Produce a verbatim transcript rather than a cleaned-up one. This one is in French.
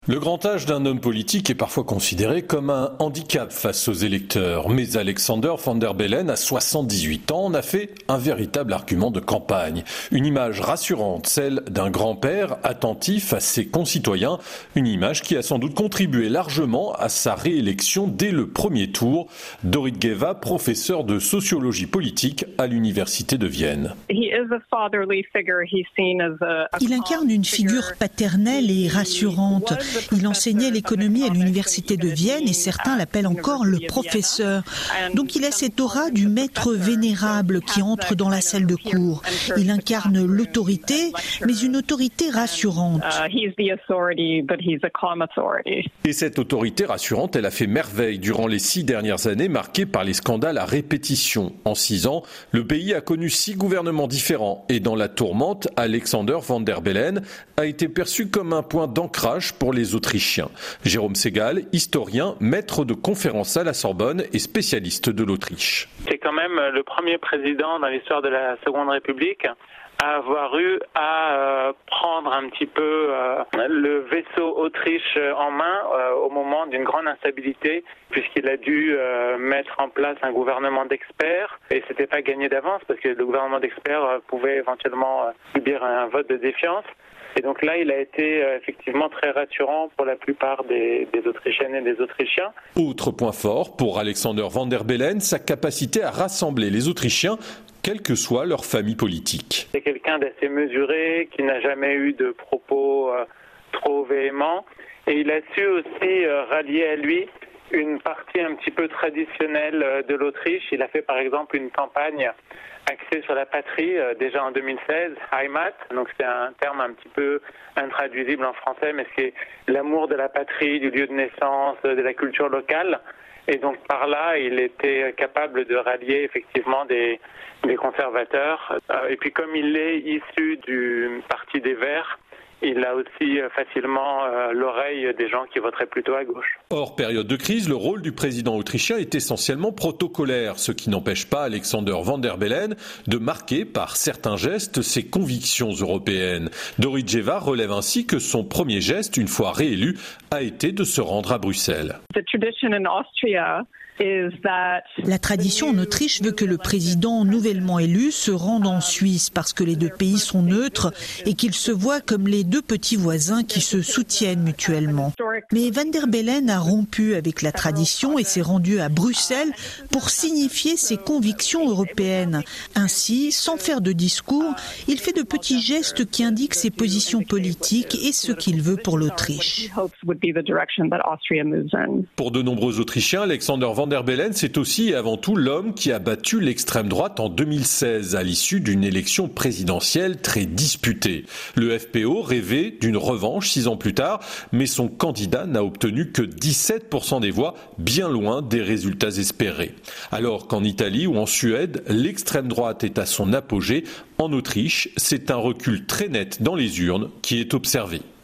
Le grand âge d'un homme politique est parfois considéré comme un handicap face aux électeurs. Mais Alexander Van der Bellen, à soixante-dix-huit ans, en a fait un véritable argument de campagne. Une image rassurante, celle d'un grand-père attentif à ses concitoyens. Une image qui a sans doute contribué largement à sa réélection dès le premier tour. Dorit Geva, professeur de sociologie politique à l'université de Vienne. Il incarne une figure paternelle et rassurante. Il enseignait l'économie à l'université de Vienne et certains l'appellent encore le professeur. Donc il a cette aura du maître vénérable qui entre dans la salle de cours. Il incarne l'autorité, mais une autorité rassurante. Et cette autorité rassurante, elle a fait merveille durant les six dernières années marquées par les scandales à répétition. En six ans, le pays a connu six gouvernements différents et dans la tourmente, Alexander Van der Bellen a été perçu comme un point d'ancrage pour les Autrichiens. Jérôme Segal, historien, maître de conférences à la Sorbonne et spécialiste de l'Autriche. C'est quand même le premier président dans l'histoire de la Seconde République à avoir eu à euh, prendre un petit peu euh, le vaisseau Autriche en main euh, au moment d'une grande instabilité, puisqu'il a dû euh, mettre en place un gouvernement d'experts et c'était pas gagné d'avance parce que le gouvernement d'experts euh, pouvait éventuellement euh, subir un vote de défiance. Et donc là, il a été euh, effectivement très rassurant pour la plupart des, des Autrichiennes et des Autrichiens. Autre point fort pour Alexander Van der Bellen, sa capacité à rassembler les Autrichiens, quelle que soit leur famille politique. C'est quelqu'un d'assez mesuré, qui n'a jamais eu de propos euh, trop véhéments. Et il a su aussi euh, rallier à lui une partie un petit peu traditionnelle euh, de l'Autriche. Il a fait par exemple une campagne axé sur la patrie, euh, déjà en deux mille seize, Heimat, donc c'est un terme un petit peu intraduisible en français, mais c'est l'amour de la patrie, du lieu de naissance, de la culture locale. Et donc par là, il était capable de rallier effectivement des, des conservateurs. Euh, et puis comme il est issu du Parti des Verts, il a aussi facilement euh, l'oreille des gens qui voteraient plutôt à gauche. Hors période de crise, le rôle du président autrichien est essentiellement protocolaire, ce qui n'empêche pas Alexander Van der Bellen de marquer par certains gestes ses convictions européennes. Dorit Geva relève ainsi que son premier geste, une fois réélu, a été de se rendre à Bruxelles. La tradition en Autriche veut que le président nouvellement élu se rende en Suisse parce que les deux pays sont neutres et qu'ils se voient comme les deux petits voisins qui se soutiennent mutuellement. Mais Van der Bellen a rompu avec la tradition et s'est rendu à Bruxelles pour signifier ses convictions européennes. Ainsi, sans faire de discours, il fait de petits gestes qui indiquent ses positions politiques et ce qu'il veut pour l'Autriche. Pour de nombreux Autrichiens, Alexander Van der Bellen, c'est aussi et avant tout l'homme qui a battu l'extrême droite en deux mille seize à l'issue d'une élection présidentielle très disputée. Le F P O rêvait d'une revanche six ans plus tard, mais son candidat n'a obtenu que dix-sept pour cent des voix, bien loin des résultats espérés. Alors qu'en Italie ou en Suède, l'extrême droite est à son apogée, en Autriche, c'est un recul très net dans les urnes qui est observé.